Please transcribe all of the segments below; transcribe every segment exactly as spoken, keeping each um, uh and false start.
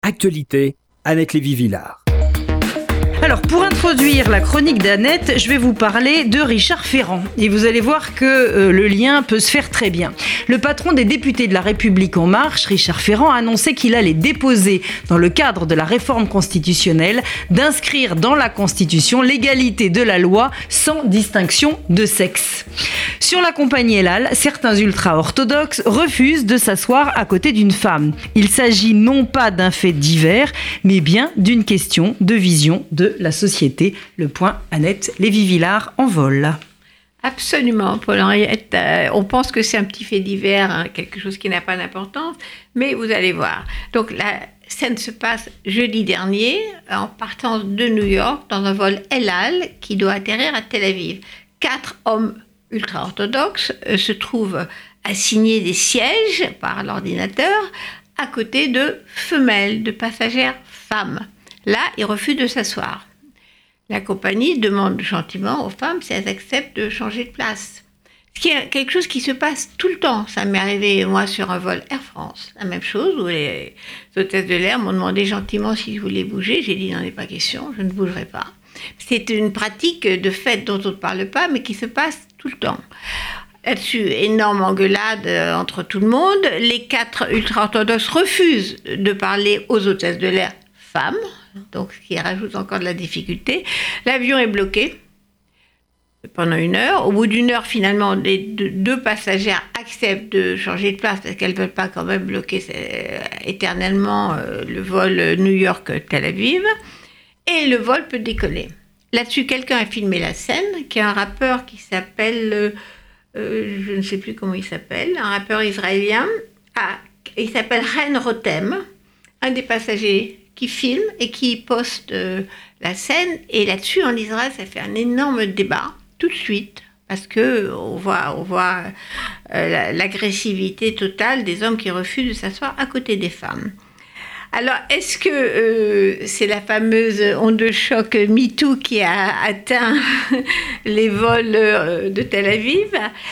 Actualité, Annette Lévy-Villard. Alors, pour introduire la chronique d'Annette, je vais vous parler de Richard Ferrand. Et vous allez voir que euh, le lien peut se faire très bien. Le patron des députés de La République En Marche, Richard Ferrand, a annoncé qu'il allait déposer, dans le cadre de la réforme constitutionnelle, d'inscrire dans la Constitution l'égalité de la loi sans distinction de sexe. Sur la compagnie El Al, certains ultra-orthodoxes refusent de s'asseoir à côté d'une femme. Il s'agit non pas d'un fait divers, mais bien d'une question de vision de la société. Le point, Annette Lévy-Villard en vol. Absolument, Paul-Henriette. Euh, on pense que c'est un petit fait divers, hein, quelque chose qui n'a pas d'importance, mais vous allez voir. Donc la scène se passe jeudi dernier, en partant de New York, dans un vol El Al qui doit atterrir à Tel Aviv. Quatre hommes ultra-orthodoxes euh, se trouvent assignés des sièges par l'ordinateur à côté de femelles, de passagères femmes. Là, ils refusent de s'asseoir. La compagnie demande gentiment aux femmes si elles acceptent de changer de place. Ce qui est quelque chose qui se passe tout le temps. Ça m'est arrivé, moi, sur un vol Air France. La même chose, où les hôtesses de l'air m'ont demandé gentiment si je voulais bouger. J'ai dit, il n'en est pas question, je ne bougerai pas. C'est une pratique de fait dont on ne parle pas, mais qui se passe tout le temps. Là-dessus, énorme engueulade entre tout le monde. Les quatre ultra-orthodoxes refusent de parler aux hôtesses de l'air femmes, donc ce qui rajoute encore de la difficulté. L'avion est bloqué pendant une heure. Au bout d'une heure, finalement, les deux, deux passagères acceptent de changer de place parce qu'elles ne veulent pas quand même bloquer éternellement euh, le vol New York-Tel Aviv. Et le vol peut décoller. Là-dessus, quelqu'un a filmé la scène, qui est un rappeur qui s'appelle, euh, je ne sais plus comment il s'appelle, un rappeur israélien. Ah, il s'appelle Ren Rotem, un des passagers qui filme et qui poste euh, la scène. Et là-dessus, en Israël, ça fait un énorme débat, tout de suite, parce qu'on voit, on voit euh, l'agressivité totale des hommes qui refusent de s'asseoir à côté des femmes. Alors, est-ce que euh, c'est la fameuse onde de choc MeToo qui a atteint les vols euh, de Tel Aviv?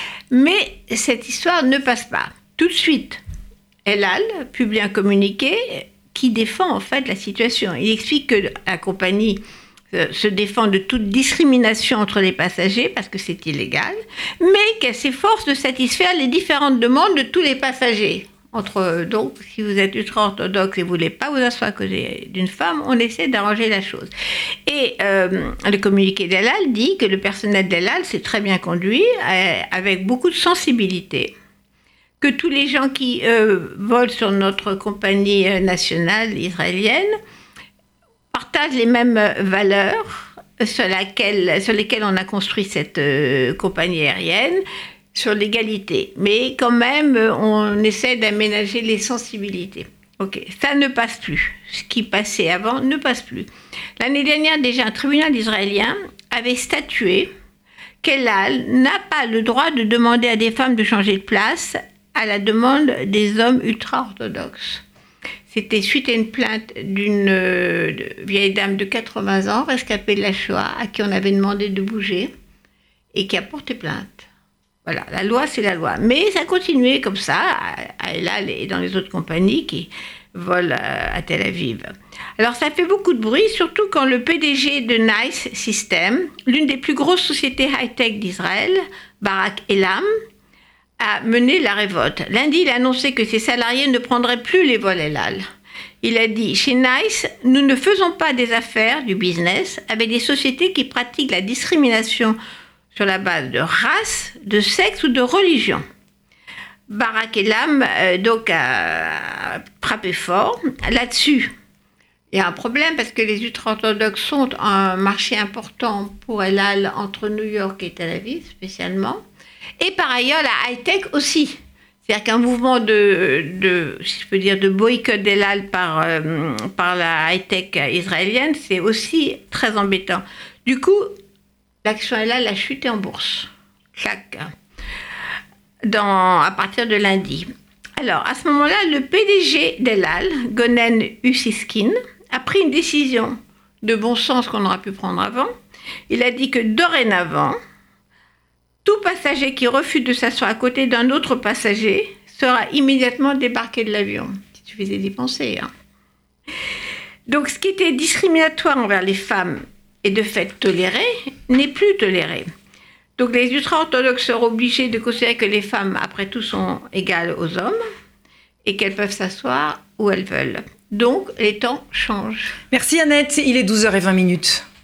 Mais cette histoire ne passe pas. Tout de suite, El Al publie un communiqué qui défend en fait la situation. Il explique que la compagnie euh, se défend de toute discrimination entre les passagers parce que c'est illégal, mais qu'elle s'efforce de satisfaire les différentes demandes de tous les passagers. Entre, donc, si vous êtes ultra-orthodoxe et vous ne voulez pas vous asseoir à côté d'une femme, on essaie d'arranger la chose. Et euh, le communiqué d'El Al dit que le personnel d'El Al s'est très bien conduit, euh, avec beaucoup de sensibilité, que tous les gens qui euh, volent sur notre compagnie nationale israélienne partagent les mêmes valeurs sur, laquelle, sur lesquelles on a construit cette euh, compagnie aérienne, sur l'égalité. Mais quand même, on essaie d'aménager les sensibilités. Ok, ça ne passe plus. Ce qui passait avant ne passe plus. L'année dernière, déjà, un tribunal israélien avait statué qu'El Al n'a pas le droit de demander à des femmes de changer de place à la demande des hommes ultra-orthodoxes. C'était suite à une plainte d'une euh, vieille dame de quatre-vingts ans, rescapée de la Shoah, à qui on avait demandé de bouger, et qui a porté plainte. Voilà, la loi, c'est la loi. Mais ça a continué comme ça, à El Al et dans les autres compagnies qui volent à Tel Aviv. Alors ça fait beaucoup de bruit, surtout quand le P D G de Nice Systems, l'une des plus grosses sociétés high-tech d'Israël, Barak Elam, a mené la révolte. Lundi, il a annoncé que ses salariés ne prendraient plus les vols El Al. Il a dit « Chez Nice, nous ne faisons pas des affaires, du business, avec des sociétés qui pratiquent la discrimination sur la base de race, de sexe ou de religion. » Barak Elam euh, donc a frappé fort. Là-dessus, il y a un problème parce que les ultra-orthodoxes sont un marché important pour El Al entre New York et Tel Aviv spécialement. Et par ailleurs, la high-tech aussi. C'est-à-dire qu'un mouvement de, de, si je peux dire, de boycott d'El Al par, euh, par la high-tech israélienne, c'est aussi très embêtant. Du coup, l'action El Al a chuté en bourse. Clac. Dans, à partir de lundi. Alors, à ce moment-là, le P D G d'El Al, Gonen Ussiskin, a pris une décision de bon sens qu'on aurait pu prendre avant. Il a dit que dorénavant, tout passager qui refuse de s'asseoir à côté d'un autre passager sera immédiatement débarqué de l'avion. Il suffisait d'y penser. Hein. Donc, ce qui était discriminatoire envers les femmes et de fait toléré n'est plus toléré. Donc, les ultra-orthodoxes seront obligés de considérer que les femmes, après tout, sont égales aux hommes et qu'elles peuvent s'asseoir où elles veulent. Donc, les temps changent. Merci Annette, il est douze heures vingt minutes.